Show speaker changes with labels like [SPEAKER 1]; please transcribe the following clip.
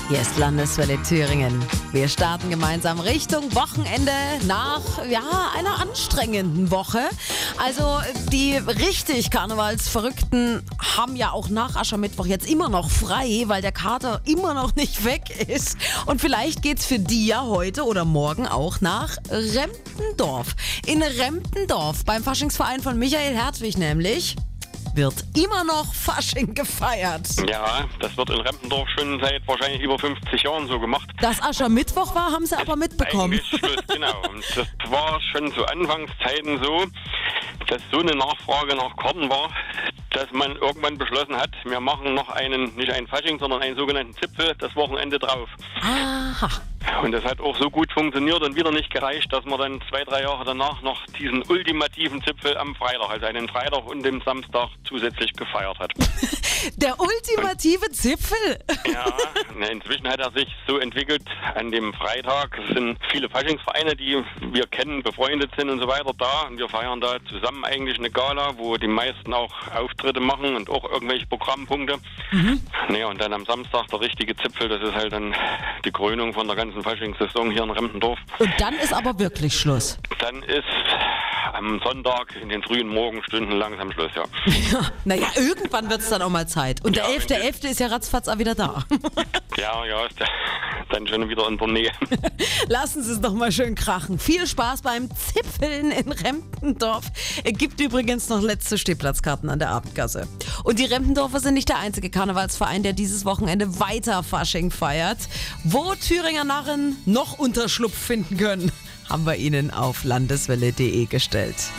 [SPEAKER 1] Hier ist Landeswelle Thüringen. Wir starten gemeinsam Richtung Wochenende nach einer anstrengenden Woche. Also die richtig Karnevalsverrückten haben ja auch nach Aschermittwoch jetzt immer noch frei, weil der Kater immer noch nicht weg ist. Und vielleicht geht's für die ja heute oder morgen auch nach Remptendorf. In Remptendorf beim Faschingsverein von Michael Hertwig nämlich wird immer noch Fasching gefeiert.
[SPEAKER 2] Ja, das wird in Remptendorf schon seit wahrscheinlich über 50 Jahren so gemacht.
[SPEAKER 1] Dass Aschermittwoch war, haben sie aber mitbekommen.
[SPEAKER 2] Eigentlich Schluss, genau. Und das war schon zu Anfangszeiten so, dass so eine Nachfrage nach Karten war, dass man irgendwann beschlossen hat, wir machen noch nicht einen Fasching, sondern einen sogenannten Zipfel das Wochenende drauf.
[SPEAKER 1] Aha.
[SPEAKER 2] Und das hat auch so gut funktioniert und wieder nicht gereicht, dass man dann 2-3 Jahre danach noch diesen ultimativen Zipfel am Freitag, also einen Freitag und den Samstag zusätzlich gefeiert hat.
[SPEAKER 1] Der ultimative Zipfel?
[SPEAKER 2] Ja, inzwischen hat er sich so entwickelt, an dem Freitag sind viele Faschingsvereine, die wir kennen, befreundet sind und so weiter da. Und wir feiern da zusammen eigentlich eine Gala, wo die meisten auch Auftritte machen und auch irgendwelche Programmpunkte. Naja, und dann am Samstag der richtige Zipfel, das ist halt dann die Krönung von der ganzen Faschingssaison hier in Remptendorf.
[SPEAKER 1] Und dann ist aber wirklich Schluss.
[SPEAKER 2] Dann ist am Sonntag in den frühen Morgenstunden langsam Schluss, ja.
[SPEAKER 1] Naja, irgendwann wird es dann auch mal Zeit. Und
[SPEAKER 2] Ja,
[SPEAKER 1] der 11. ist ja ratzfatz auch wieder da.
[SPEAKER 2] Ja, ist dann schon wieder in der Nähe.
[SPEAKER 1] Lassen Sie es doch mal schön krachen. Viel Spaß beim Zipfeln in Remptendorf. Es gibt übrigens noch letzte Stehplatzkarten an der Abendgasse. Und die Remptendorfer sind nicht der einzige Karnevalsverein, der dieses Wochenende weiter Fasching feiert. Wo Thüringer Narren noch Unterschlupf finden können, haben wir Ihnen auf landeswelle.de gestellt.